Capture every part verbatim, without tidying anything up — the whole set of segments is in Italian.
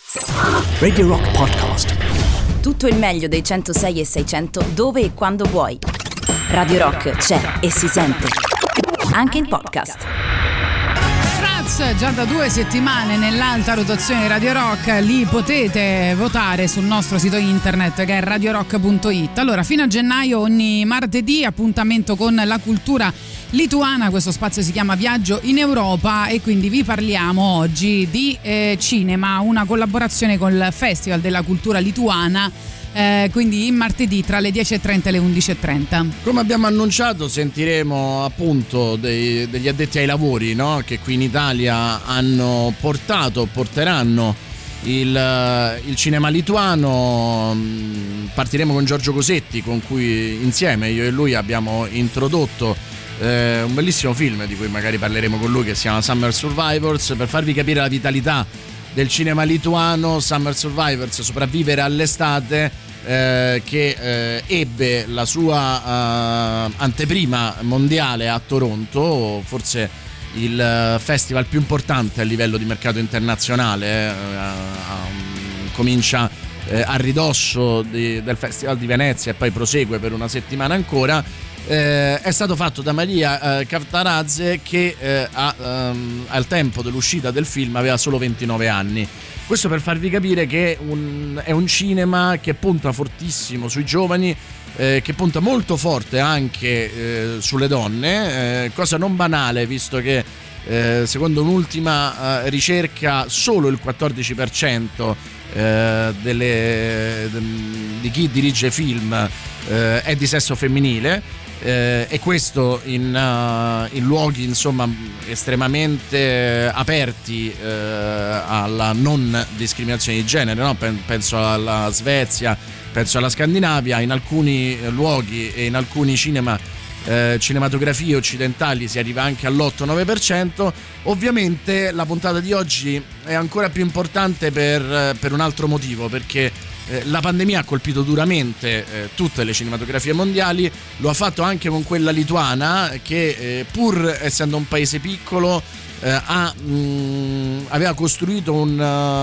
Radio Rock Podcast. Tutto il meglio dei centosei e seicento dove e quando vuoi. Radio Rock c'è e si sente anche in podcast. Franz, già da due settimane nell'alta rotazione di Radio Rock, li potete votare sul nostro sito internet che è radio rock punto it. Allora, fino a gennaio ogni martedì appuntamento con la cultura lituana, questo spazio si chiama Viaggio in Europa e quindi vi parliamo oggi di eh, cinema, una collaborazione con il Festival della Cultura Lituana, eh, quindi in martedì tra le dieci e trenta e le undici e trenta. Come abbiamo annunciato sentiremo appunto dei, degli addetti ai lavori, no? Che qui in Italia hanno portato, porteranno il, il cinema lituano. Partiremo con Giorgio Cosetti, con cui insieme io e lui abbiamo introdotto Eh, un bellissimo film di cui magari parleremo con lui, che si chiama Summer Survivors, per farvi capire la vitalità del cinema lituano. Summer Survivors, sopravvivere all'estate, eh, che eh, ebbe la sua eh, anteprima mondiale a Toronto, forse il festival più importante a livello di mercato internazionale. eh, eh, comincia eh, a ridosso di, del Festival di Venezia e poi prosegue per una settimana ancora. Eh, è stato fatto da Maria eh, Kavtaradze, che eh, a, um, al tempo dell'uscita del film aveva solo ventinove anni. Questo per farvi capire che un, è un cinema che punta fortissimo sui giovani, eh, che punta molto forte anche eh, sulle donne, eh, cosa non banale, visto che eh, secondo un'ultima eh, ricerca solo il quattordici per cento eh, delle, de, di chi dirige film eh, è di sesso femminile. Eh, e questo in, uh, in luoghi insomma estremamente aperti eh, alla non discriminazione di genere, no? Penso alla Svezia, penso alla Scandinavia. In alcuni luoghi e in alcuni cinema eh, cinematografie occidentali si arriva anche all'otto nove per cento. Ovviamente la puntata di oggi è ancora più importante per, per un altro motivo, perché la pandemia ha colpito duramente eh, tutte le cinematografie mondiali, lo ha fatto anche con quella lituana, che eh, pur essendo un paese piccolo eh, ha, mh, aveva costruito un,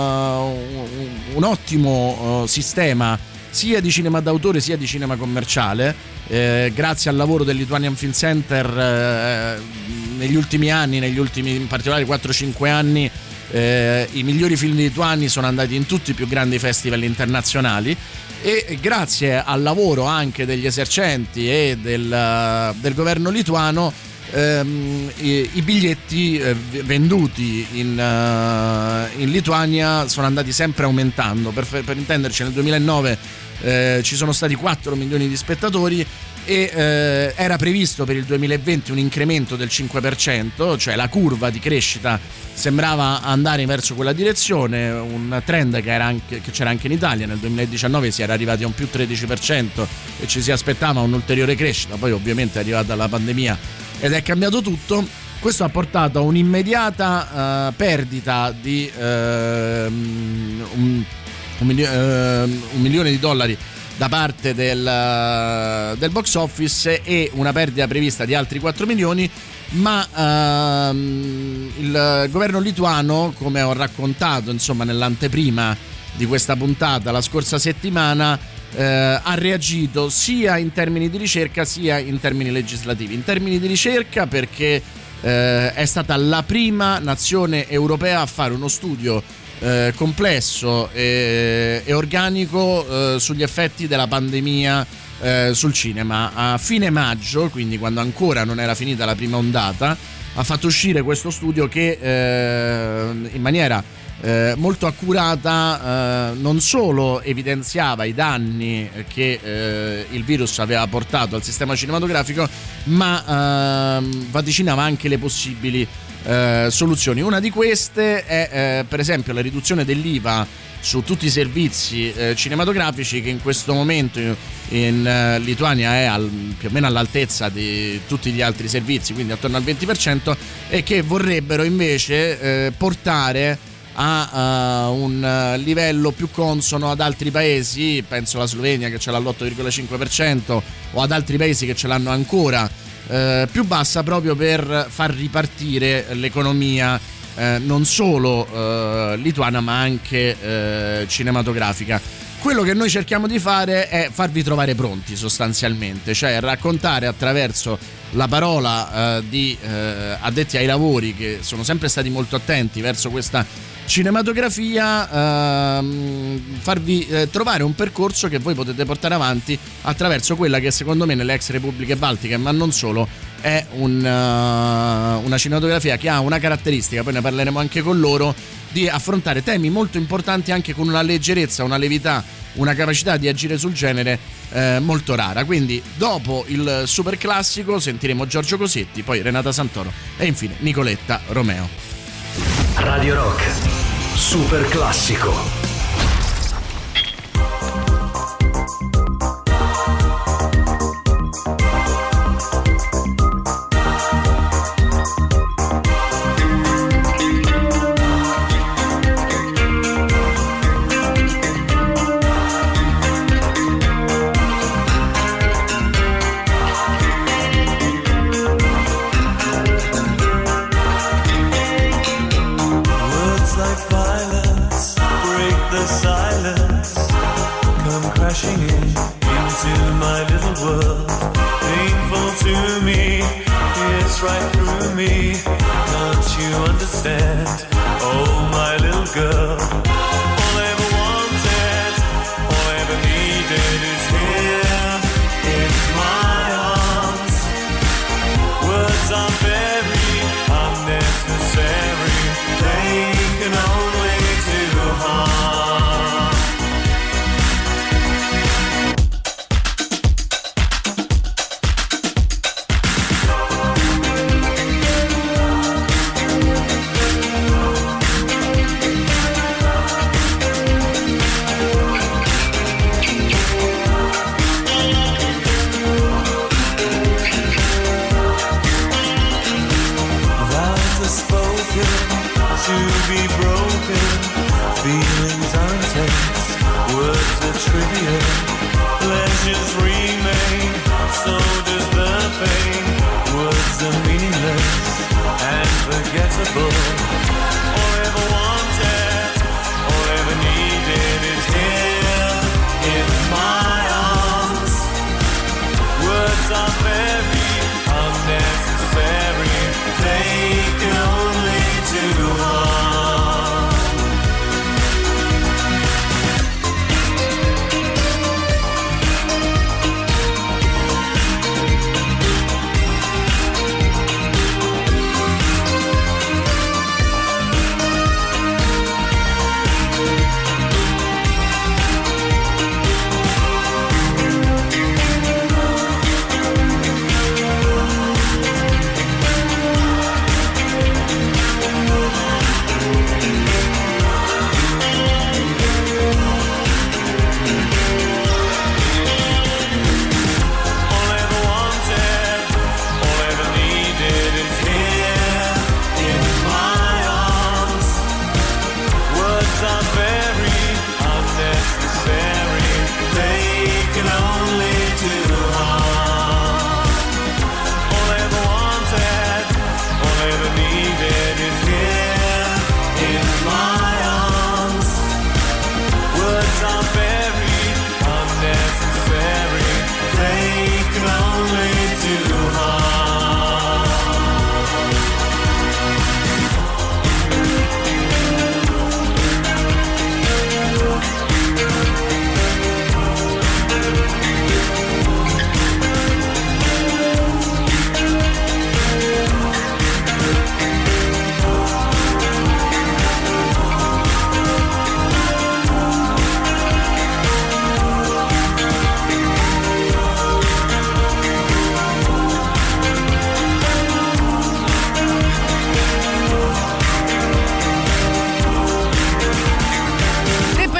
uh, un ottimo uh, sistema sia di cinema d'autore sia di cinema commerciale, eh, grazie al lavoro del Lithuanian Film Center. Eh, negli ultimi anni, negli ultimi in particolare quattro cinque anni, Eh, i migliori film lituani sono andati in tutti i più grandi festival internazionali, e grazie al lavoro anche degli esercenti e del, del governo lituano ehm, i, i biglietti eh, venduti in, uh, in Lituania sono andati sempre aumentando. Per, per intenderci, nel duemilanove eh, ci sono stati quattro milioni di spettatori e eh, era previsto per il duemilaventi un incremento del cinque per cento, cioè la curva di crescita sembrava andare verso quella direzione, un trend che, era anche, che c'era anche in Italia. Nel duemiladiciannove si era arrivati a un più tredici per cento e ci si aspettava un'ulteriore crescita, poi ovviamente è arrivata la pandemia ed è cambiato tutto. Questo ha portato a un'immediata uh, perdita di uh, un, un, milio- uh, un milione di dollari da parte del, del box office e una perdita prevista di altri quattro milioni, ma ehm, il governo lituano, come ho raccontato insomma nell'anteprima di questa puntata la scorsa settimana, eh, ha reagito sia in termini di ricerca sia in termini legislativi. In termini di ricerca perché eh, è stata la prima nazione europea a fare uno studio Eh, complesso e, e organico eh, sugli effetti della pandemia eh, sul cinema. A fine maggio, quindi quando ancora non era finita la prima ondata, ha fatto uscire questo studio che eh, in maniera eh, molto accurata eh, non solo evidenziava i danni che eh, il virus aveva portato al sistema cinematografico, ma eh, vaticinava anche le possibili Eh, soluzioni. Una di queste è eh, per esempio la riduzione dell'I V A su tutti i servizi eh, cinematografici, che in questo momento in, in uh, Lituania è al, più o meno all'altezza di tutti gli altri servizi, quindi attorno al venti per cento, e che vorrebbero invece eh, portare a uh, un uh, livello più consono ad altri paesi. Penso alla Slovenia, che ce l'ha all'otto virgola cinque per cento, o ad altri paesi che ce l'hanno ancora Eh, più bassa, proprio per far ripartire l'economia eh, non solo eh, lituana ma anche eh, cinematografica. Quello che noi cerchiamo di fare è farvi trovare pronti sostanzialmente, cioè raccontare attraverso la parola eh, di eh, addetti ai lavori che sono sempre stati molto attenti verso questa cinematografia, ehm, farvi eh, trovare un percorso che voi potete portare avanti attraverso quella che secondo me nelle ex repubbliche baltiche, ma non solo, è un, uh, una cinematografia che ha una caratteristica, poi ne parleremo anche con loro, di affrontare temi molto importanti anche con una leggerezza, una levità, una capacità di agire sul genere eh, molto rara. Quindi dopo il super classico sentiremo Giorgio Cosetti, poi Renata Santoro e infine Nicoletta Romeo. Radio Rock super classico. Right through me, don't you understand? Oh, my little girl, all I ever wanted, all I ever needed is here in my arms. Words are very unnecessary, they can only do harm. To be broken, feelings are intense, words are trivial, pleasures remain, so does the pain. Words are meaningless and forgettable. All I ever wanted, all I ever needed is here in my arms. Words are very unnecessary, they can only do harm.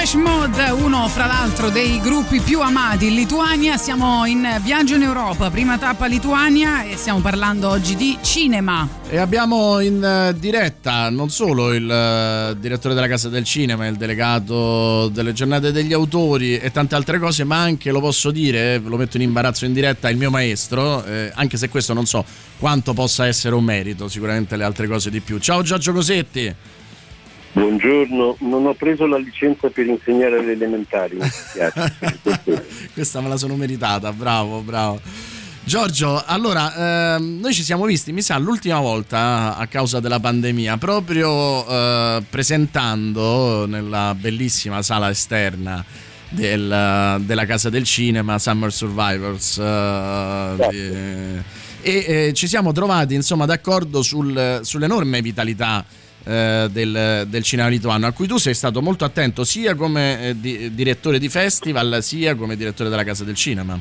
Depeche Mode, uno fra l'altro dei gruppi più amati in Lituania. Siamo in viaggio in Europa, prima tappa Lituania, e stiamo parlando oggi di cinema. E abbiamo in diretta non solo il uh, direttore della Casa del Cinema, il delegato delle giornate degli autori e tante altre cose, ma anche, lo posso dire, ve lo metto in imbarazzo in diretta, il mio maestro, eh, anche se questo non so quanto possa essere un merito, sicuramente le altre cose di più. Ciao Giorgio Cosetti. Buongiorno, non ho preso la licenza per insegnare alle elementari, mi dispiace. Questa me la sono meritata, bravo, bravo. Giorgio, allora, ehm, noi ci siamo visti, mi sa, l'ultima volta a causa della pandemia, proprio eh, presentando nella bellissima sala esterna del, della Casa del Cinema Summer Survivors. Eh, Sì. di, e eh, ci siamo trovati, insomma, d'accordo sul, sull'enorme vitalità Del, del cinema lituano, a cui tu sei stato molto attento sia come eh, di, direttore di festival sia come direttore della Casa del Cinema.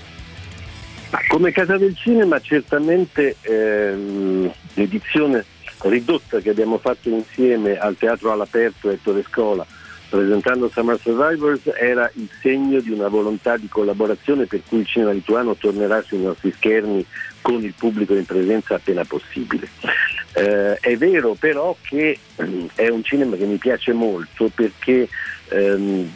Come Casa del Cinema certamente ehm, l'edizione ridotta che abbiamo fatto insieme al Teatro all'Aperto Ettore Scola presentando Summer Survivors era il segno di una volontà di collaborazione, per cui il cinema lituano tornerà sui nostri schermi con il pubblico in presenza appena possibile. Eh, è vero però che ehm, è un cinema che mi piace molto perché ehm,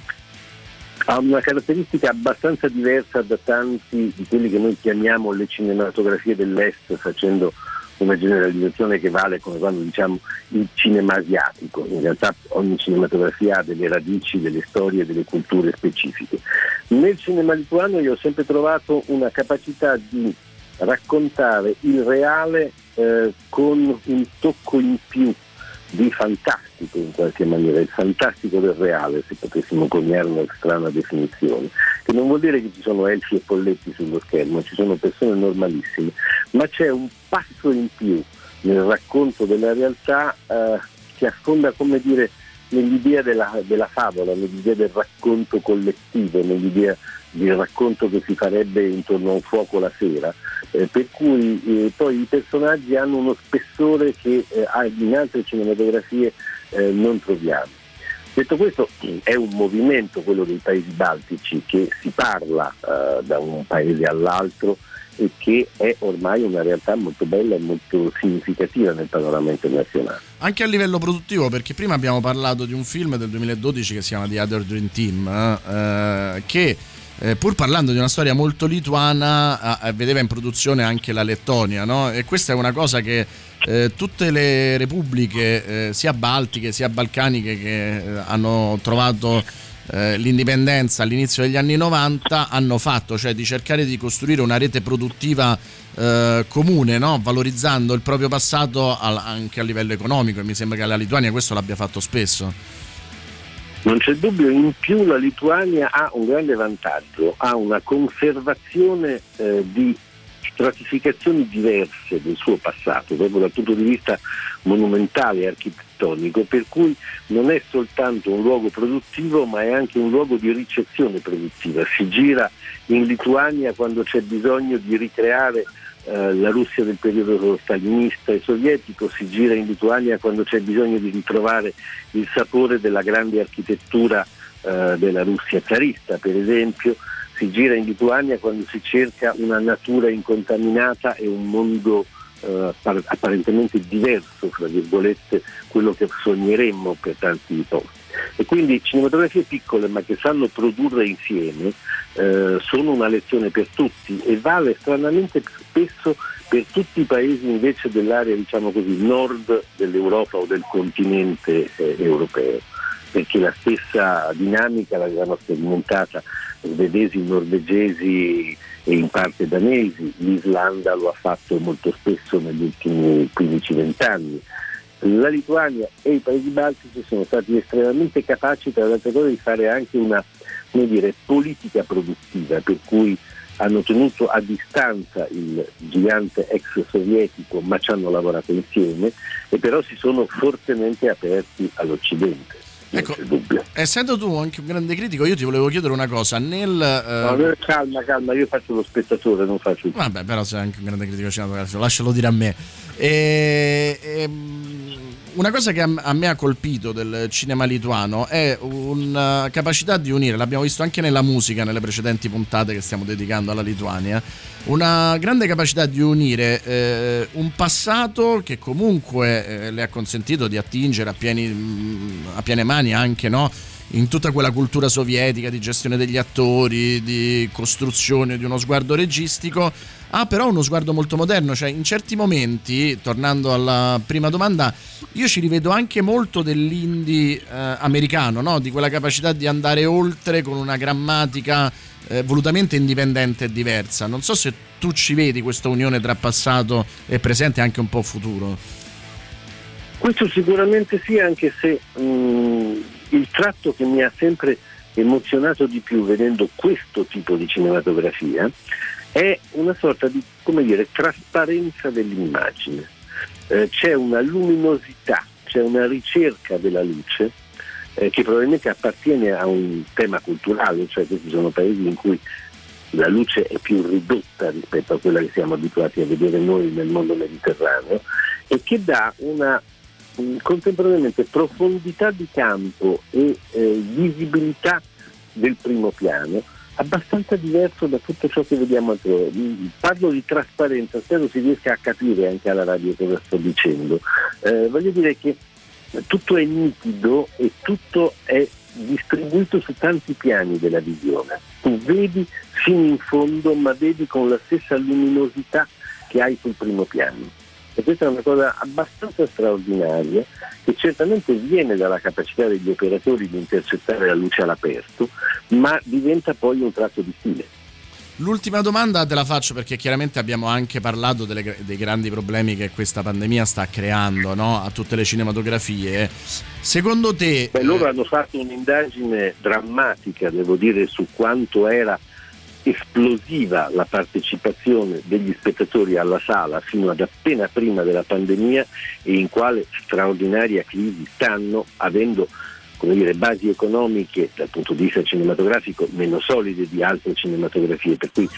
ha una caratteristica abbastanza diversa da tanti di quelli che noi chiamiamo le cinematografie dell'Est, facendo una generalizzazione che vale come quando diciamo il cinema asiatico. In realtà ogni cinematografia ha delle radici, delle storie, delle culture specifiche. Nel cinema lituano io ho sempre trovato una capacità di raccontare il reale eh, con un tocco in più di fantastico, in qualche maniera, il fantastico del reale, se potessimo coniare una strana definizione, che non vuol dire che ci sono elfi e polletti sullo schermo, ci sono persone normalissime, ma c'è un passo in più nel racconto della realtà eh, che affonda, come dire, nell'idea della, della favola, nell'idea del racconto collettivo, nell'idea del racconto che si farebbe intorno a un fuoco la sera, eh, per cui eh, poi i personaggi hanno uno spessore che eh, in altre cinematografie eh, non troviamo. Detto questo, è un movimento, quello dei paesi baltici, che si parla eh, da un paese all'altro e che è ormai una realtà molto bella e molto significativa nel panorama internazionale. Anche a livello produttivo, perché prima abbiamo parlato di un film del duemiladodici che si chiama The Other Dream Team, eh, che eh, pur parlando di una storia molto lituana eh, vedeva in produzione anche la Lettonia, no? E questa è una cosa che eh, tutte le repubbliche eh, sia baltiche sia balcaniche che eh, hanno trovato eh, l'indipendenza all'inizio degli anni novanta hanno fatto, cioè di cercare di costruire una rete produttiva eh, comune, no? Valorizzando il proprio passato al, anche a livello economico, e mi sembra che la Lituania questo l'abbia fatto spesso. Non c'è dubbio, in più la Lituania ha un grande vantaggio, ha una conservazione eh, di stratificazioni diverse del suo passato, proprio dal punto di vista monumentale e architettonico, per cui non è soltanto un luogo produttivo ma è anche un luogo di ricezione produttiva. Si gira in Lituania quando c'è bisogno di ricreare eh, la Russia del periodo stalinista e sovietico, si gira in Lituania quando c'è bisogno di ritrovare il sapore della grande architettura eh, della Russia zarista, per esempio. Si gira in Lituania quando si cerca una natura incontaminata e un mondo eh, apparentemente diverso, fra virgolette, quello che sogneremmo per tanti posti. E quindi cinematografie piccole ma che sanno produrre insieme eh, sono una lezione per tutti, e vale stranamente spesso per tutti i paesi invece dell'area, diciamo così, nord dell'Europa o del continente eh, europeo, perché la stessa dinamica l'avevano sperimentata svedesi, norvegesi e in parte danesi. L'Islanda lo ha fatto molto spesso negli ultimi quindici venti anni. La Lituania e i paesi baltici sono stati estremamente capaci, tra le altre cose, di fare anche una, come dire, politica produttiva, per cui hanno tenuto a distanza il gigante ex sovietico, ma ci hanno lavorato insieme, e però si sono fortemente aperti all'Occidente. Ecco, essendo tu anche un grande critico, io ti volevo chiedere una cosa. Nel eh... no, calma, calma, io faccio lo spettatore, non faccio il... Vabbè, però sei anche un grande critico cinematografico, lascialo dire a me. E, e, una cosa che a me ha colpito del cinema lituano è una capacità di unire, l'abbiamo visto anche nella musica nelle precedenti puntate che stiamo dedicando alla Lituania, una grande capacità di unire eh, un passato che comunque eh, le ha consentito di attingere a, pieni, a piene mani anche, no, in tutta quella cultura sovietica di gestione degli attori, di costruzione di uno sguardo registico, ha però uno sguardo molto moderno, cioè in certi momenti, tornando alla prima domanda, io ci rivedo anche molto dell'indie eh, americano, no? Di quella capacità di andare oltre con una grammatica eh, volutamente indipendente e diversa. Non so se tu ci vedi questa unione tra passato e presente e anche un po' futuro. Questo sicuramente sì, anche se mh, il tratto che mi ha sempre emozionato di più vedendo questo tipo di cinematografia è una sorta di, come dire, trasparenza dell'immagine. Eh, c'è una luminosità, c'è una ricerca della luce eh, che probabilmente appartiene a un tema culturale, cioè questi sono paesi in cui la luce è più ridotta rispetto a quella che siamo abituati a vedere noi nel mondo mediterraneo, e che dà una mh, contemporaneamente profondità di campo e eh, visibilità del primo piano abbastanza diverso da tutto ciò che vediamo altrove. Parlo di trasparenza, spero si riesca a capire anche alla radio cosa sto dicendo. Eh, voglio dire che tutto è nitido e tutto è distribuito su tanti piani della visione. Tu vedi fino in fondo, ma vedi con la stessa luminosità che hai sul primo piano. E questa è una cosa abbastanza straordinaria, che certamente viene dalla capacità degli operatori di intercettare la luce all'aperto, ma diventa poi un tratto di stile. L'ultima domanda te la faccio perché chiaramente abbiamo anche parlato delle, dei grandi problemi che questa pandemia sta creando, no? A tutte le cinematografie. Secondo te... Beh, loro hanno fatto un'indagine drammatica, devo dire, su quanto era esplosiva la partecipazione degli spettatori alla sala fino ad appena prima della pandemia, e in quale straordinaria crisi stanno, avendo, come dire, basi economiche dal punto di vista cinematografico meno solide di altre cinematografie, per cui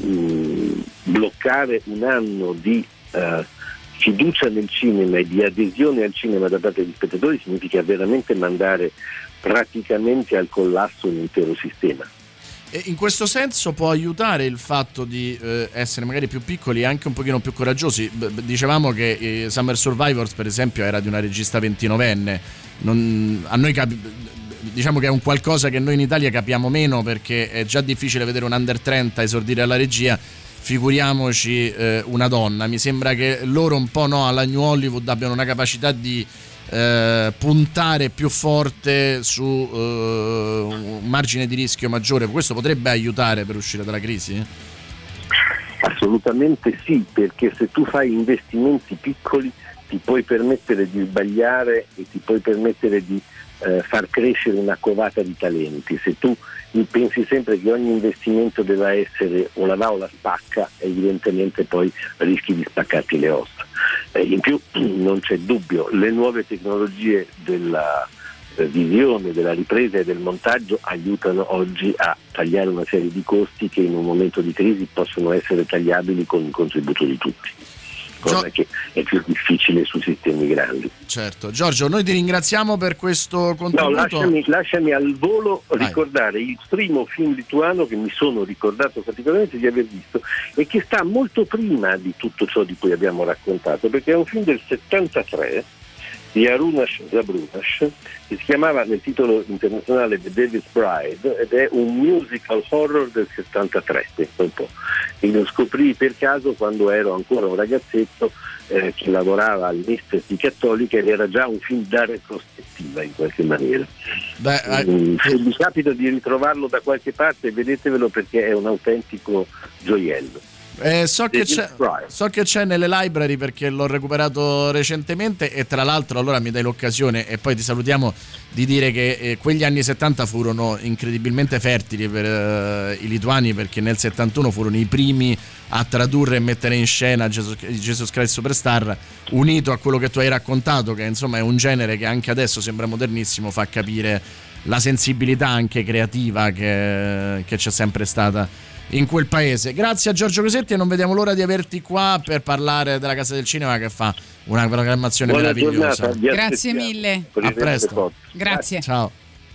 mh, bloccare un anno di uh, fiducia nel cinema e di adesione al cinema da parte degli spettatori significa veramente mandare praticamente al collasso un intero sistema. E in questo senso può aiutare il fatto di eh, essere magari più piccoli e anche un pochino più coraggiosi. B- dicevamo che eh, Summer Survivors, per esempio, era di una regista ventinovenne. Non, a noi capi- diciamo che è un qualcosa che noi in Italia capiamo meno, perché è già difficile vedere un under trenta esordire alla regia, figuriamoci eh, una donna. Mi sembra che loro un po', no, alla New Hollywood abbiano una capacità di Eh, puntare più forte su eh, un margine di rischio maggiore. Questo potrebbe aiutare per uscire dalla crisi? Assolutamente sì, perché se tu fai investimenti piccoli ti puoi permettere di sbagliare e ti puoi permettere di eh, far crescere una covata di talenti. Se tu pensi sempre che ogni investimento deve essere o la va o la spacca, evidentemente poi rischi di spaccarti le ossa. Eh, in più non c'è dubbio, le nuove tecnologie della eh, visione, della ripresa e del montaggio aiutano oggi a tagliare una serie di costi che in un momento di crisi possono essere tagliabili con il contributo di tutti, cosa che è più difficile su sistemi grandi. Certo. Giorgio, noi ti ringraziamo per questo contributo. No, lasciami, lasciami al volo Vai. ricordare il primo film lituano che mi sono ricordato particolarmente di aver visto e che sta molto prima di tutto ciò di cui abbiamo raccontato, perché è un film del settantatré di Arunas Zabrunas, che si chiamava nel titolo internazionale The Devil's Bride, ed è un musical horror del settantatré, un po'. E lo scoprì per caso quando ero ancora un ragazzetto eh, che lavorava all'Instituto di Cattolica, ed era già un film da retrospettiva in qualche maniera. Beh, mm, se vi capita di ritrovarlo da qualche parte, vedetevelo, perché è un autentico gioiello. Eh, so, che c'è, so che c'è nelle library, perché l'ho recuperato recentemente, e tra l'altro allora mi dai l'occasione, e poi ti salutiamo, di dire che eh, quegli anni settanta furono incredibilmente fertili per eh, i lituani, perché nel settantuno furono i primi a tradurre e mettere in scena Jesus, Jesus Christ Superstar, unito a quello che tu hai raccontato, che insomma è un genere che anche adesso sembra modernissimo, fa capire la sensibilità anche creativa che, che c'è sempre stata in quel paese. Grazie a Giorgio Cosetti e non vediamo l'ora di averti qua per parlare della Casa del Cinema, che fa una programmazione Buona meravigliosa. giornata, vi Grazie aspettiamo. mille. Per il A resto presto. delle cose. Grazie. Ciao.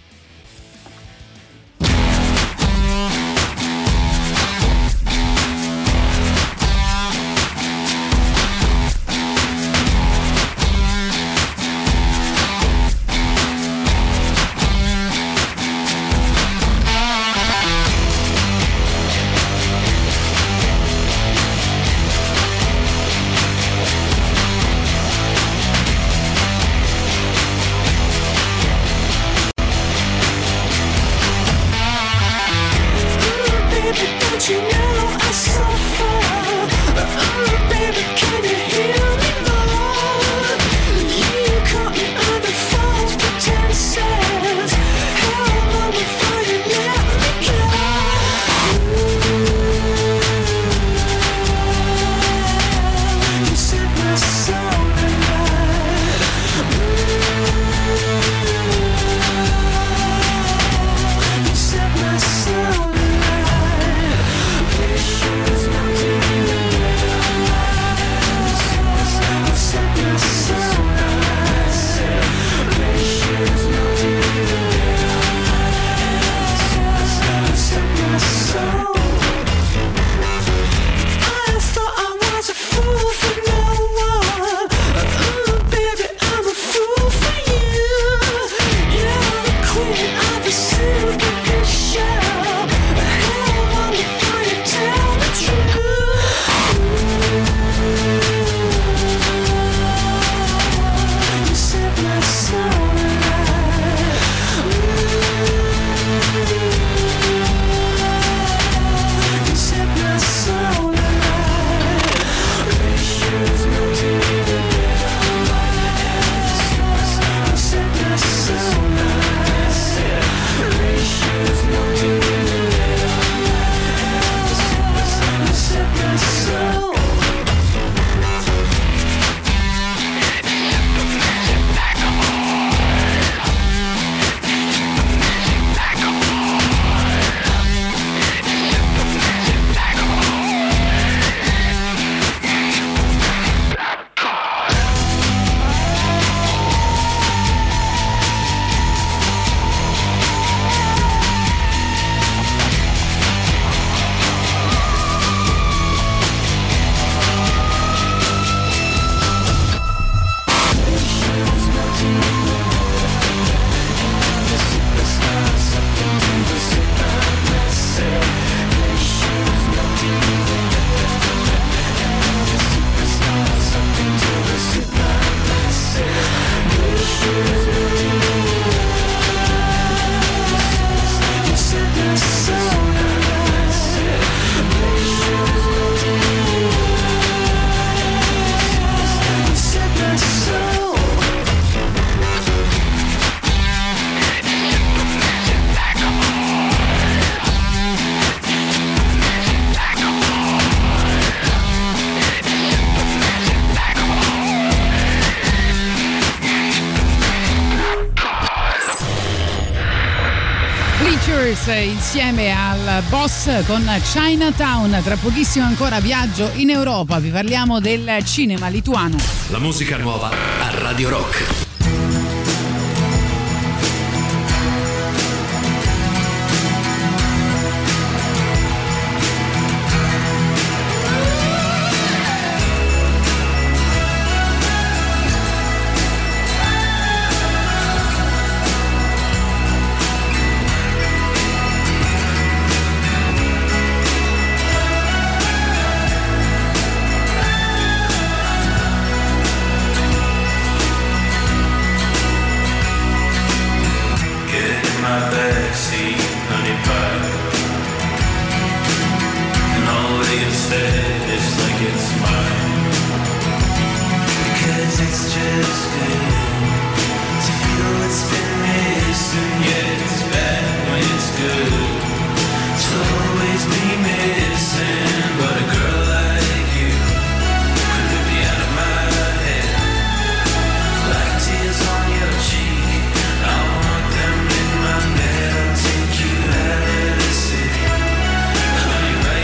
Insieme al Boss con Chinatown. Tra pochissimo ancora viaggio in Europa, vi parliamo del cinema lituano. La musica nuova a Radio Rock. Are you ready?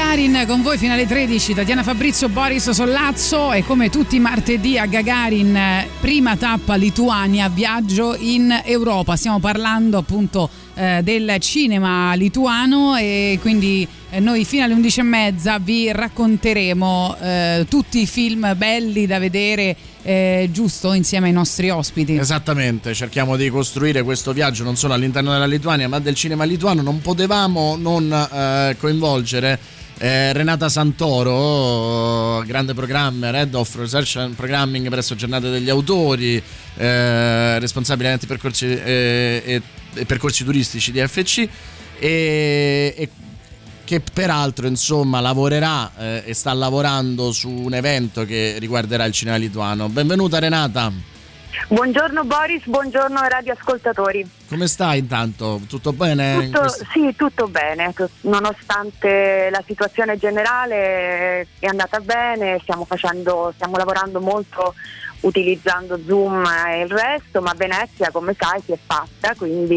Gagarin con voi fino alle tredici, Tatiana Fabrizio, Boris Sollazzo, e come tutti i martedì a Gagarin prima tappa Lituania, viaggio in Europa. Stiamo parlando appunto eh, del cinema lituano e quindi eh, noi fino alle undici e mezza vi racconteremo eh, tutti i film belli da vedere, eh, giusto, insieme ai nostri ospiti. Esattamente, cerchiamo di costruire questo viaggio non solo all'interno della Lituania ma del cinema lituano. Non potevamo non eh, coinvolgere eh, Renata Santoro, grande programmer, Head of Research and Programming presso Giornate degli Autori, eh, responsabile di percorsi eh, e, e percorsi turistici di F C, e, e che peraltro insomma lavorerà eh, e sta lavorando su un evento che riguarderà il cinema lituano. Benvenuta Renata. Buongiorno Boris, buongiorno radioascoltatori. Come stai intanto? Tutto bene? Tutto, Questo... Sì, tutto bene, nonostante la situazione generale è andata bene, stiamo facendo, stiamo lavorando molto utilizzando Zoom e il resto, ma Venezia, come sai, si è fatta,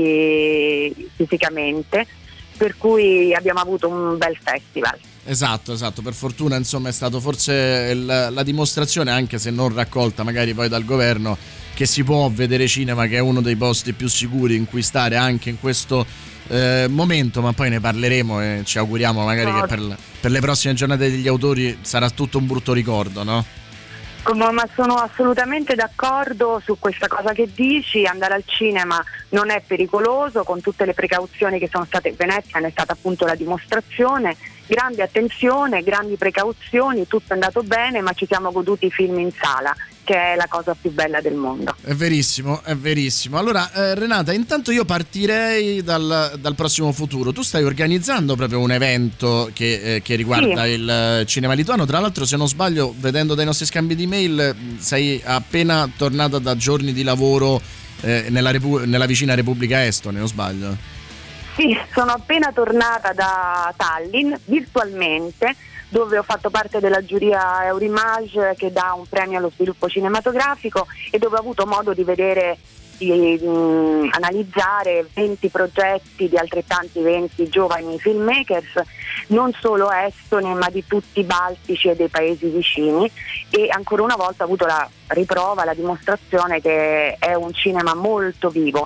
quindi fisicamente, per cui abbiamo avuto un bel festival. Esatto, esatto, per fortuna insomma è stato forse il, la dimostrazione, anche se non raccolta magari poi dal governo, che si può vedere cinema, che è uno dei posti più sicuri in cui stare anche in questo eh, momento, ma poi ne parleremo e ci auguriamo magari no. che per, per le prossime giornate degli autori sarà tutto un brutto ricordo, no? Come, ma sono assolutamente d'accordo su questa cosa che dici. Andare al cinema non è pericoloso, con tutte le precauzioni che sono state. Venezia ne è stata appunto la dimostrazione. Grande attenzione, grandi precauzioni, tutto è andato bene, ma ci siamo goduti i film in sala, che è la cosa più bella del mondo. È verissimo, è verissimo. Allora eh, Renata, intanto io partirei dal, dal prossimo futuro. Tu stai organizzando proprio un evento che, eh, che riguarda sì. il cinema lituano. Tra l'altro, se non sbaglio, vedendo dai nostri scambi di mail, sei appena tornata da giorni di lavoro eh, nella, Repu- nella vicina Repubblica Estone, non sbaglio? Sì, sono appena tornata da Tallinn virtualmente, dove ho fatto parte della giuria Eurimage, che dà un premio allo sviluppo cinematografico, e dove ho avuto modo di vedere, di mh, analizzare venti progetti di altrettanti venti giovani filmmakers, non solo estoni ma di tutti i baltici e dei paesi vicini, e ancora una volta ho avuto la riprova, la dimostrazione che è un cinema molto vivo,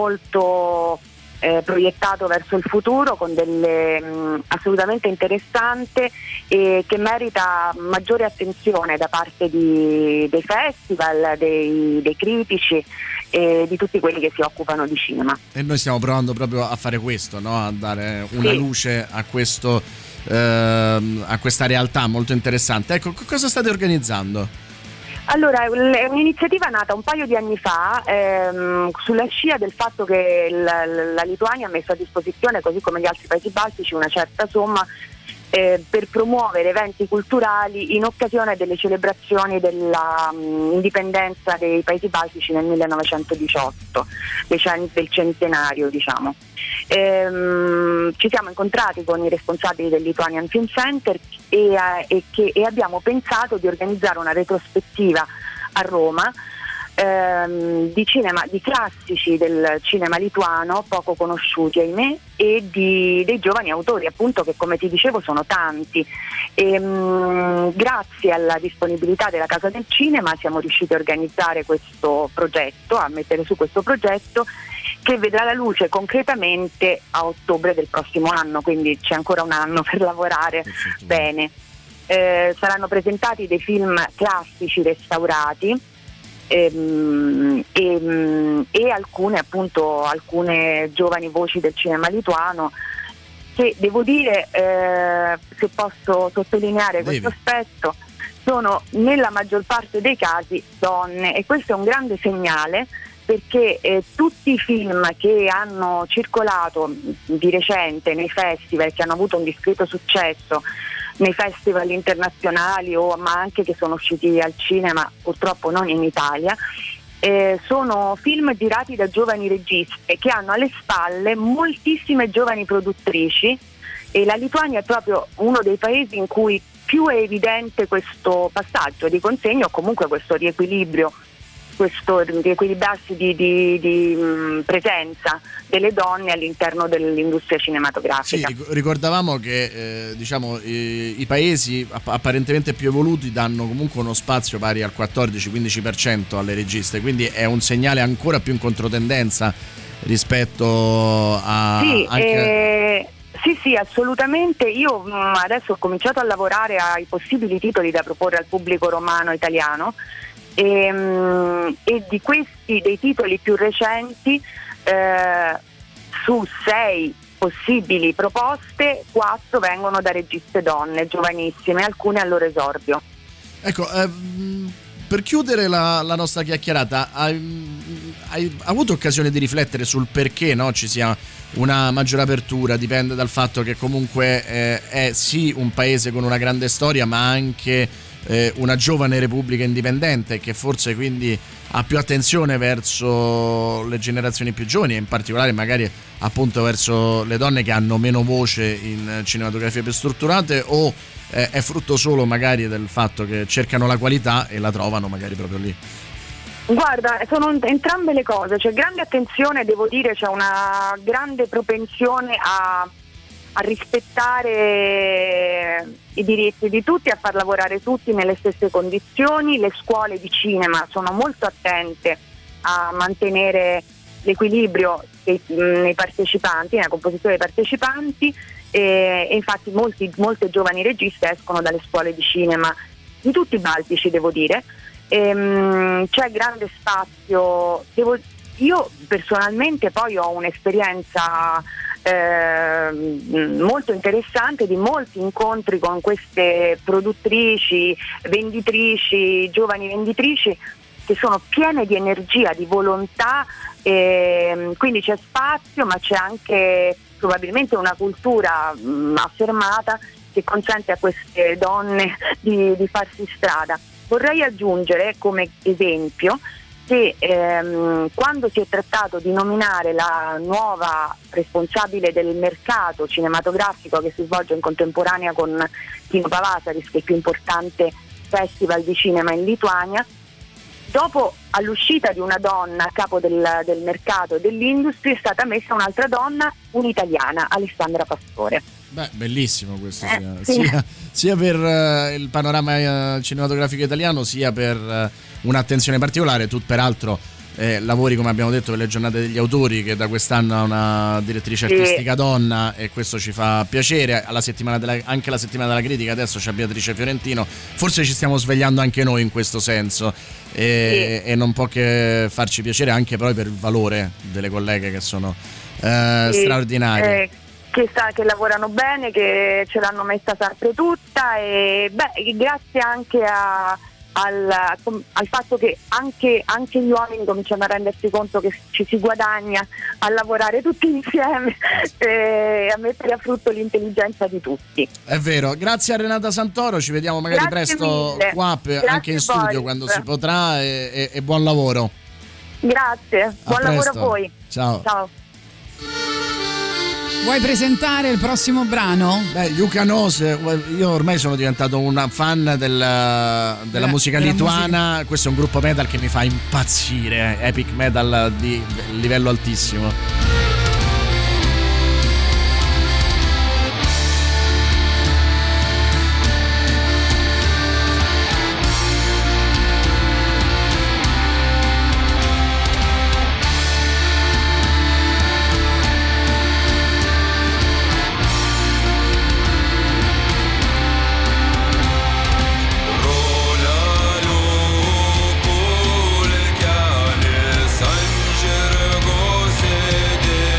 molto Eh, proiettato verso il futuro, con delle mh, assolutamente interessante e che merita maggiore attenzione da parte di, dei festival, dei, dei critici e di tutti quelli che si occupano di cinema. E noi stiamo provando proprio a fare questo, no? A dare una sì. luce a questo ehm, a questa realtà molto interessante. Ecco, cosa state organizzando? Allora, è un'iniziativa nata un paio di anni fa ehm, sulla scia del fatto che la, la Lituania ha messo a disposizione, così come gli altri paesi baltici, una certa somma eh, per promuovere eventi culturali in occasione delle celebrazioni dell'indipendenza um, dei paesi baltici nel millenovecentodiciotto, del, cent- del centenario, diciamo. Ehm, ci siamo incontrati con i responsabili del Lithuanian Film Center e, eh, e, che, e abbiamo pensato di organizzare una retrospettiva a Roma ehm, di cinema, di classici del cinema lituano poco conosciuti, ahimè, e di, dei giovani autori, appunto, che come ti dicevo sono tanti. E, mh, grazie alla disponibilità della Casa del Cinema siamo riusciti a organizzare questo progetto, a mettere su questo progetto, che vedrà la luce concretamente a ottobre del prossimo anno, quindi c'è ancora un anno per lavorare bene. Eh, saranno presentati dei film classici restaurati ehm, e, e alcune, appunto, alcune giovani voci del cinema lituano, che devo dire, eh, se posso sottolineare Devi. questo aspetto, sono nella maggior parte dei casi donne, e questo è un grande segnale, perché eh, tutti i film che hanno circolato di recente nei festival, che hanno avuto un discreto successo nei festival internazionali, o ma anche che sono usciti al cinema, purtroppo non in Italia, eh, sono film girati da giovani registe che hanno alle spalle moltissime giovani produttrici, e la Lituania è proprio uno dei paesi in cui più è evidente questo passaggio di consegna, o comunque questo riequilibrio questo riequilibrarsi di, di, di mh, presenza delle donne all'interno dell'industria cinematografica. Sì, ricordavamo che eh, diciamo i, i paesi apparentemente più evoluti danno comunque uno spazio pari al quattordici quindici per cento alle registe, quindi è un segnale ancora più in controtendenza rispetto a... Sì, anche... eh... Sì, sì, assolutamente. Io mh, adesso ho cominciato a lavorare ai possibili titoli da proporre al pubblico romano italiano e, mh, e di questi, dei titoli più recenti, eh, su sei possibili proposte, quattro vengono da registe donne, giovanissime, alcune al loro esordio. Ecco, ehm, per chiudere la, la nostra chiacchierata, hai, hai avuto occasione di riflettere sul perché, no, ci sia una maggiore apertura? Dipende dal fatto che comunque eh, è sì un paese con una grande storia, ma anche eh, una giovane repubblica indipendente che forse quindi ha più attenzione verso le generazioni più giovani e in particolare magari appunto verso le donne che hanno meno voce in cinematografie più strutturate, o eh, è frutto solo magari del fatto che cercano la qualità e la trovano magari proprio lì? Guarda, sono entrambe le cose, c'è grande attenzione, devo dire, c'è una grande propensione a, a rispettare i diritti di tutti, a far lavorare tutti nelle stesse condizioni. Le scuole di cinema sono molto attente a mantenere l'equilibrio dei, nei partecipanti, nella composizione dei partecipanti e, e infatti molti, molte giovani registe escono dalle scuole di cinema di tutti i baltici, devo dire. Ehm, c'è grande spazio. Devo, io personalmente poi ho un'esperienza eh, molto interessante di molti incontri con queste produttrici, venditrici, giovani venditrici che sono piene di energia, di volontà, ehm, quindi c'è spazio, ma c'è anche probabilmente una cultura mh, affermata che consente a queste donne di, di farsi strada. Vorrei aggiungere come esempio che ehm, quando si è trattato di nominare la nuova responsabile del mercato cinematografico che si svolge in contemporanea con Kino Pavasaris, che è il più importante festival di cinema in Lituania, dopo all'uscita di una donna a capo del, del mercato e dell'industria è stata messa un'altra donna, un'italiana, Alessandra Pastore. Beh, bellissimo questo, eh, sia, sì. sia, sia per uh, il panorama uh, cinematografico italiano, sia per uh, un'attenzione particolare. Tu peraltro eh, lavori, come abbiamo detto, per le giornate degli autori, che da quest'anno ha una direttrice sì. artistica donna, e questo ci fa piacere. Alla settimana della, anche la settimana della critica adesso c'è Beatrice Fiorentino, forse ci stiamo svegliando anche noi in questo senso e, sì. e non può che farci piacere anche poi per il valore delle colleghe che sono uh, sì. straordinarie. Eh. Che, sta, che lavorano bene, che ce l'hanno messa sempre tutta e beh, grazie anche a, al, al fatto che anche, anche gli uomini cominciano a rendersi conto che ci si guadagna a lavorare tutti insieme e a mettere a frutto l'intelligenza di tutti. È vero, grazie a Renata Santoro, ci vediamo magari grazie presto mille. qua per, anche in Boris. studio quando si potrà e, e, e buon lavoro. Grazie, a buon presto. lavoro a voi. Ciao. Ciao. Vuoi presentare il prossimo brano? Beh, Luka Nose, io ormai sono diventato una fan della, della eh, musica della lituana. musica. Questo è un gruppo metal che mi fa impazzire, epic metal di livello altissimo. Sanjir go se de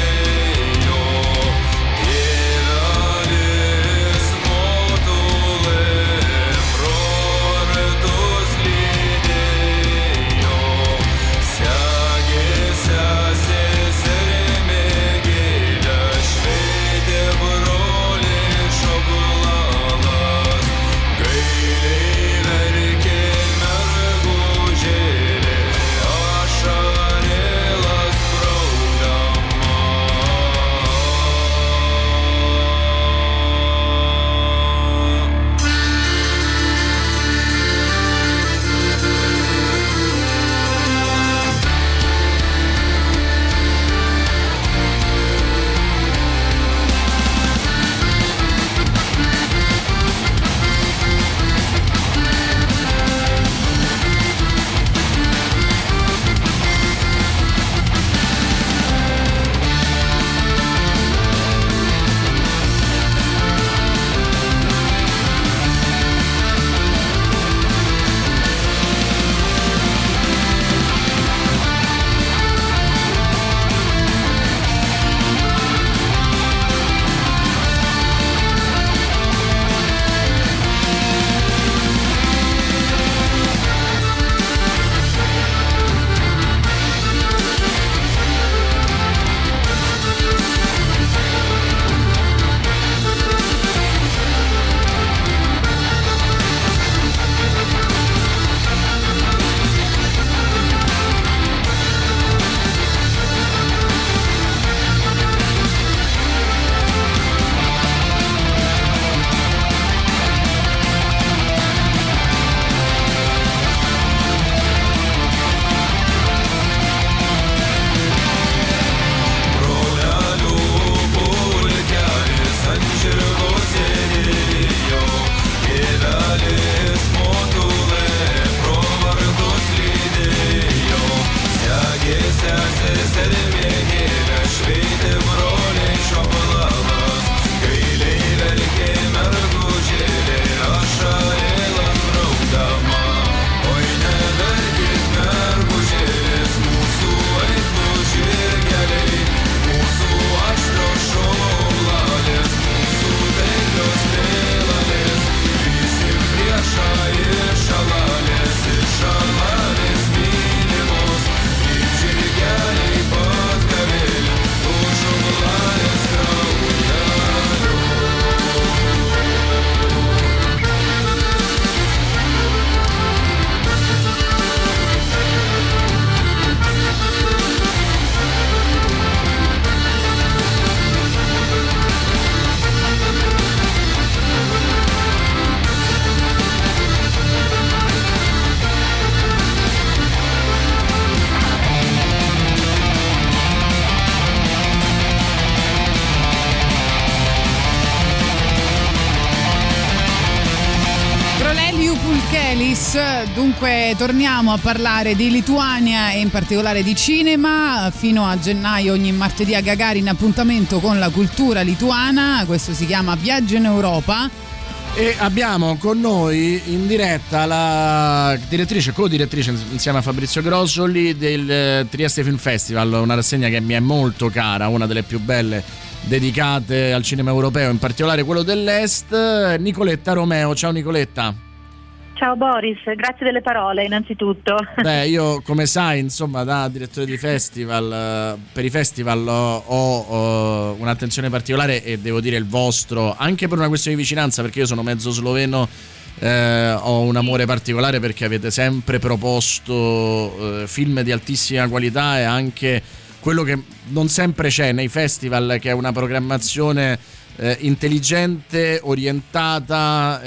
Dunque torniamo a parlare di Lituania e in particolare di cinema. Fino a gennaio ogni martedì a Gagarin appuntamento con la cultura lituana, questo si chiama Viaggio in Europa. E abbiamo con noi in diretta la direttrice, co-direttrice insieme a Fabrizio Grosoli del Trieste Film Festival, una rassegna che mi è molto cara, una delle più belle dedicate al cinema europeo, in particolare quello dell'Est, Nicoletta Romeo. Ciao Nicoletta. Ciao Boris, grazie delle parole innanzitutto. Beh, io come sai, insomma, da direttore di festival, per i festival ho, ho un'attenzione particolare e devo dire il vostro, anche per una questione di vicinanza, perché io sono mezzo sloveno, eh, ho un amore particolare perché avete sempre proposto eh, film di altissima qualità e anche quello che non sempre c'è nei festival, che è una programmazione Eh, intelligente, orientata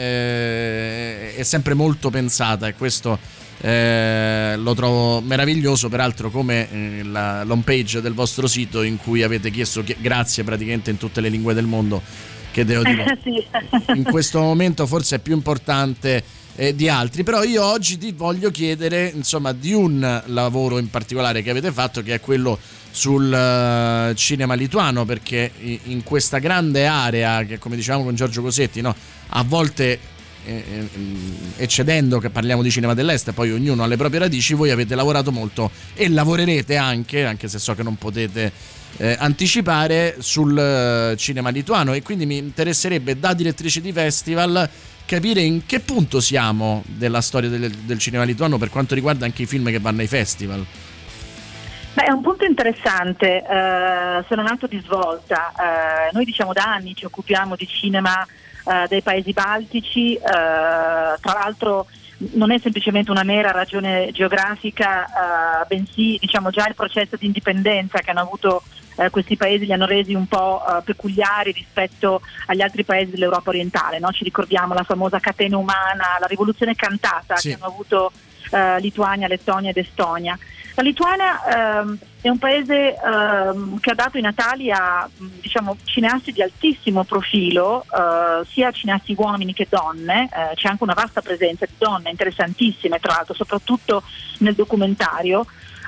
eh, e sempre molto pensata, e questo eh, lo trovo meraviglioso, peraltro come eh, la home page del vostro sito in cui avete chiesto che, grazie praticamente in tutte le lingue del mondo, che devo dire sì. in questo momento forse è più importante eh, di altri. Però io oggi ti voglio chiedere insomma di un lavoro in particolare che avete fatto, che è quello sul uh, cinema lituano, perché in questa grande area che, come dicevamo con Giorgio Cosetti, no, a volte eh, eh, eccedendo che parliamo di cinema dell'Est, poi ognuno ha le proprie radici, voi avete lavorato molto e lavorerete anche, anche se so che non potete eh, anticipare, sul uh, cinema lituano, e quindi mi interesserebbe, da direttrice di festival, capire in che punto siamo della storia del, del cinema lituano per quanto riguarda anche i film che vanno ai festival. Beh, è un punto interessante, eh, se non altro di svolta. Eh, noi diciamo da anni ci occupiamo di cinema eh, dei paesi baltici, eh, tra l'altro non è semplicemente una mera ragione geografica, eh, bensì diciamo già il processo di indipendenza che hanno avuto eh, questi paesi li hanno resi un po' eh, peculiari rispetto agli altri paesi dell'Europa orientale, no? Ci ricordiamo la famosa catena umana, la rivoluzione cantata sì. che hanno avuto eh, Lituania, Lettonia ed Estonia. La Lituania ehm, è un paese ehm, che ha dato i natali a diciamo cineasti di altissimo profilo, eh, sia cineasti uomini che donne, eh, c'è anche una vasta presenza di donne interessantissime, tra l'altro soprattutto nel documentario,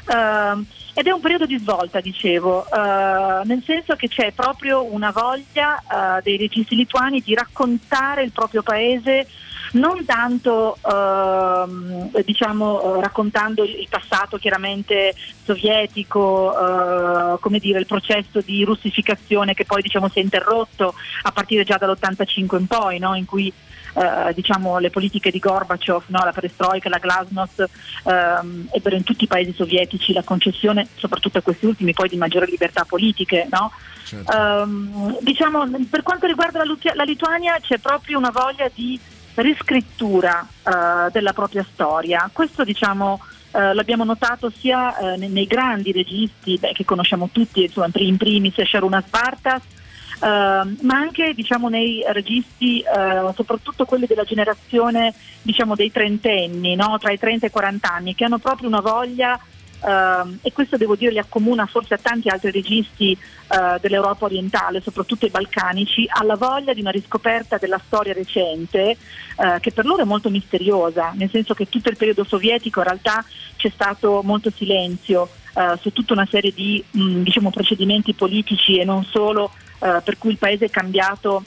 eh, ed è un periodo di svolta, dicevo, eh, nel senso che c'è proprio una voglia eh, dei registi lituani di raccontare il proprio paese, non tanto ehm, diciamo raccontando il passato chiaramente sovietico, eh, come dire il processo di russificazione che poi diciamo si è interrotto a partire già dall'ottantacinque in poi, no? In cui eh, diciamo le politiche di Gorbaciov, no? La perestroika, la glasnost ehm, ebbero in tutti i paesi sovietici la concessione, soprattutto a questi ultimi, poi di maggiori libertà politiche, no? Certo. Um, diciamo per quanto riguarda la, Lut- la Lituania c'è proprio una voglia di riscrittura uh, della propria storia. Questo diciamo uh, l'abbiamo notato sia uh, nei, nei grandi registi beh, che conosciamo tutti, insomma, in primis Sharunas Bartas, uh, ma anche diciamo nei registi uh, soprattutto quelli della generazione diciamo dei trentenni, no? Tra i trenta e i quaranta anni, che hanno proprio una voglia Uh, e questo devo dire li accomuna forse a tanti altri registi uh, dell'Europa orientale, soprattutto i balcanici, alla voglia di una riscoperta della storia recente uh, che per loro è molto misteriosa, nel senso che tutto il periodo sovietico in realtà c'è stato molto silenzio uh, su tutta una serie di mh, diciamo procedimenti politici e non solo, uh, per cui il paese è cambiato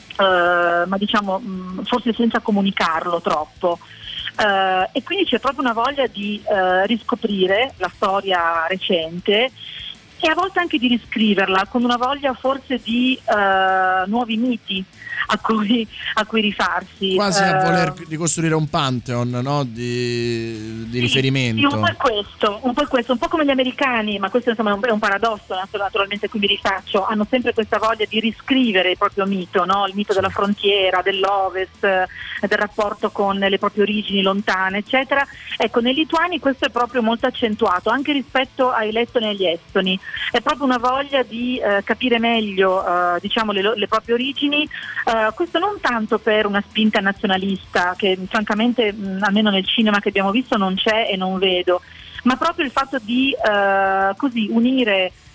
uh, ma diciamo mh, forse senza comunicarlo troppo. Uh, e quindi c'è proprio una voglia di uh, riscoprire la storia recente e a volte anche di riscriverla, con una voglia forse di uh, nuovi miti a cui, a cui rifarsi. Quasi uh, a voler ricostruire un pantheon, no? di, di sì, riferimento. Sì, un po' questo, un po' questo, un po' come gli americani, ma questo insomma è un, è un paradosso, naturalmente qui mi rifaccio, hanno sempre questa voglia di riscrivere il proprio mito, no? Il mito della frontiera, dell'Ovest, del rapporto con le proprie origini lontane, eccetera. Ecco, nei lituani questo è proprio molto accentuato, anche rispetto ai lettoni e agli estoni. È proprio una voglia di eh, capire meglio eh, diciamo le, le proprie origini, eh, questo non tanto per una spinta nazionalista che francamente mh, almeno nel cinema che abbiamo visto non c'è e non vedo, ma proprio il fatto di eh, così unire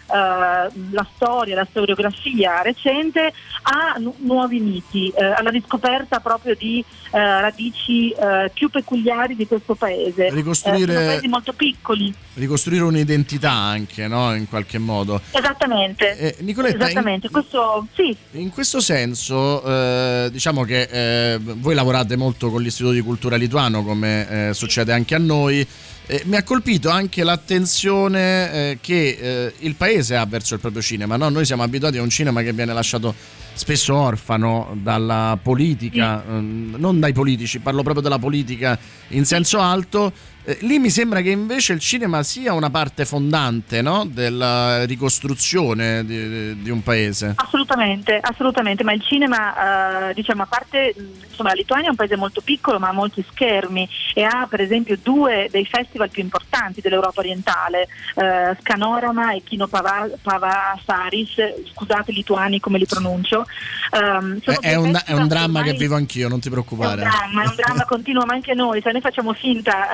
Uh, la storia, la storiografia recente a nu- nuovi miti, uh, alla riscoperta proprio di uh, radici uh, più peculiari di questo paese. Ricostruire, uh, sono paesi molto piccoli. Ricostruire un'identità anche, no? In qualche modo. Esattamente. Eh, Nicoletta, Esattamente. In, questo, sì. in questo senso, eh, diciamo che eh, voi lavorate molto con l'Istituto di Cultura Lituano, come eh, succede anche a noi. Eh, mi ha colpito anche l'attenzione eh, che eh, il paese ha verso il proprio cinema, no? Noi siamo abituati a un cinema che viene lasciato spesso orfano dalla politica, sì. ehm, non dai politici, parlo proprio della politica in senso alto. Eh, lì mi sembra che invece il cinema sia una parte fondante, no? Della ricostruzione di, di un paese. Assolutamente, assolutamente, ma il cinema, eh, diciamo, a parte, insomma, la Lituania è un paese molto piccolo ma ha molti schermi e ha per esempio due dei festival più importanti dell'Europa orientale, eh, Scanorama e Kino Pava- Pavasaris, scusate i lituani come li pronuncio. Um, è, è, un, è un dramma che vivo anch'io, non ti preoccupare. È un dramma, è un dramma continuo, ma anche noi, cioè noi facciamo finta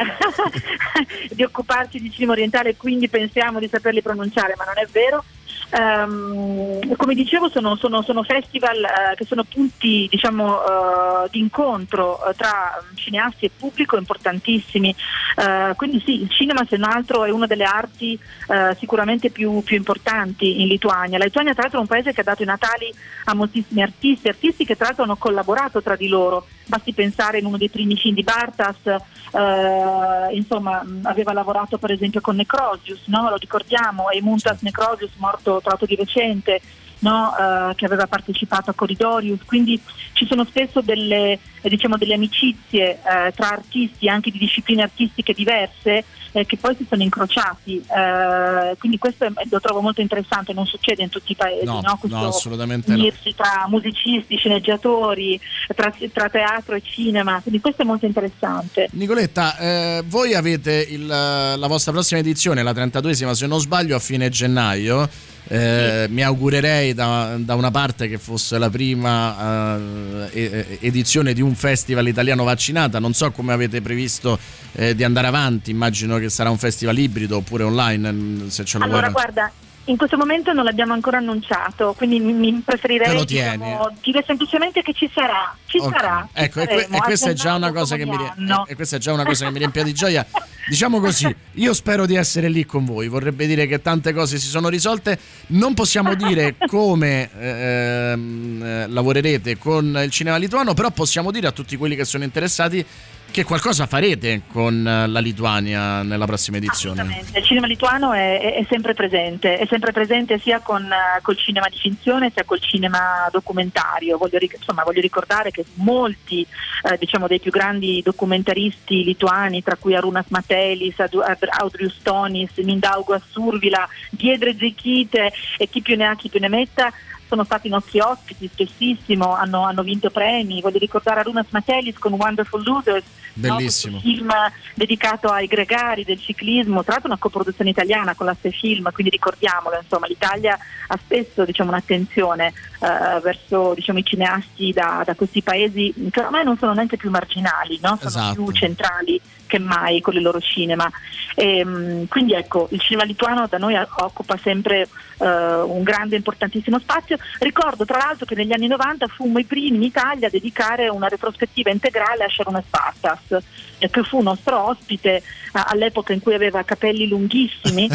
di occuparci di cinema orientale e quindi pensiamo di saperli pronunciare, ma non è vero. Um, come dicevo sono, sono, sono festival uh, che sono punti, diciamo, uh, di incontro uh, tra cineasti e pubblico importantissimi, uh, quindi sì, il cinema se non altro è una delle arti uh, sicuramente più, più importanti in Lituania. La Lituania tra l'altro è un paese che ha dato i natali a moltissimi artisti, artisti che tra l'altro hanno collaborato tra di loro, basti pensare in uno dei primi film di Bartas, uh, insomma aveva lavorato per esempio con Necrosius, no? Lo ricordiamo, e Muntas Necrosius, morto tra l'altro di recente, no? uh, che aveva partecipato a Corridorius, quindi ci sono spesso delle, eh, diciamo delle amicizie eh, tra artisti anche di discipline artistiche diverse eh, che poi si sono incrociati, uh, quindi questo è, lo trovo molto interessante, non succede in tutti i paesi, no, no? Questo no, assolutamente unirsi no. Tra musicisti, sceneggiatori, tra, tra teatro e cinema, quindi questo è molto interessante. Nicoletta, eh, voi avete il, la vostra prossima edizione, la trentaduesima se non sbaglio, a fine gennaio. Eh, mi augurerei da, da una parte che fosse la prima eh, edizione di un festival italiano vaccinata. Non so come avete previsto eh, di andare avanti, immagino che sarà un festival ibrido oppure online, se ce lo allora vuoi... guarda, in questo momento non l'abbiamo ancora annunciato, quindi mi, mi preferirei diciamo, dire semplicemente che ci sarà, ci okay. sarà. Ci ecco, e, que- e questa è già una cosa che mi e questa è già una cosa che mi riempie di gioia. Diciamo così, io spero di essere lì con voi, vorrebbe dire che tante cose si sono risolte, non possiamo dire come eh, lavorerete con il cinema lituano, però possiamo dire a tutti quelli che sono interessati che qualcosa farete con la Lituania nella prossima edizione. Assolutamente, il cinema lituano è, è, è sempre presente, è sempre presente sia con uh, col cinema di finzione sia col cinema documentario. Voglio, insomma, voglio ricordare che molti uh, diciamo dei più grandi documentaristi lituani, tra cui Arunas Matelis, Audrius Tonis, Mindaugas Survila, Giedre Zekite e chi più ne ha chi più ne metta, sono stati nostri ospiti spessissimo, hanno, hanno vinto premi. Voglio ricordare Arunas Matelis con Wonderful Losers, bellissimo, no? Film dedicato ai gregari del ciclismo, tra l'altro una coproduzione italiana con la Stefilm, quindi ricordiamolo, insomma l'Italia ha spesso diciamo un'attenzione eh, verso diciamo i cineasti da, da questi paesi che ormai non sono neanche più marginali, no? Sono esatto. più centrali che mai con il loro cinema. E, quindi ecco, il cinema lituano da noi occupa sempre uh, un grande importantissimo spazio. Ricordo tra l'altro che negli anni novanta fummo i primi in Italia a dedicare una retrospettiva integrale a Sharon Spartas, eh, che fu nostro ospite uh, all'epoca in cui aveva capelli lunghissimi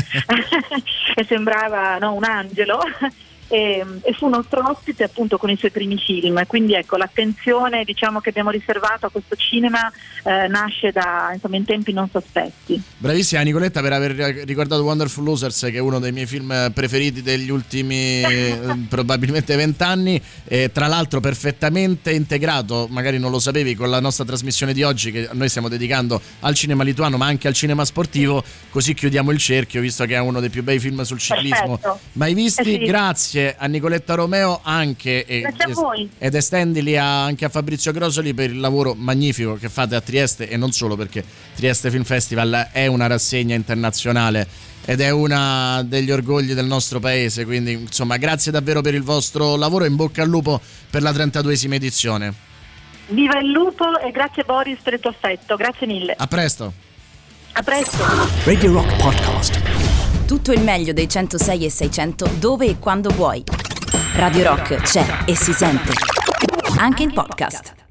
e sembrava no, un angelo. E, e fu nostro ospite appunto con i suoi primi film, quindi ecco l'attenzione diciamo che abbiamo riservato a questo cinema eh, nasce da insomma in tempi non sospetti. Bravissima Nicoletta per aver ricordato Wonderful Losers, che è uno dei miei film preferiti degli ultimi probabilmente vent'anni, e tra l'altro perfettamente integrato, magari non lo sapevi, con la nostra trasmissione di oggi che noi stiamo dedicando al cinema lituano ma anche al cinema sportivo, così chiudiamo il cerchio visto che è uno dei più bei film sul ciclismo Perfetto. mai visti. Eh sì. Grazie a Nicoletta Romeo anche e, Grazie a voi. ed estendili a, anche a Fabrizio Grosoli per il lavoro magnifico che fate a Trieste, e non solo, perché Trieste Film Festival è una rassegna internazionale ed è una degli orgogli del nostro paese, quindi insomma grazie davvero per il vostro lavoro e in bocca al lupo per la trentaduesima edizione. Viva il lupo e grazie Boris per il tuo affetto, grazie mille. A presto. A presto. Radio Rock Podcast. Tutto il meglio dei centosei e seicento dove e quando vuoi. Radio Rock c'è e si sente. Anche in podcast.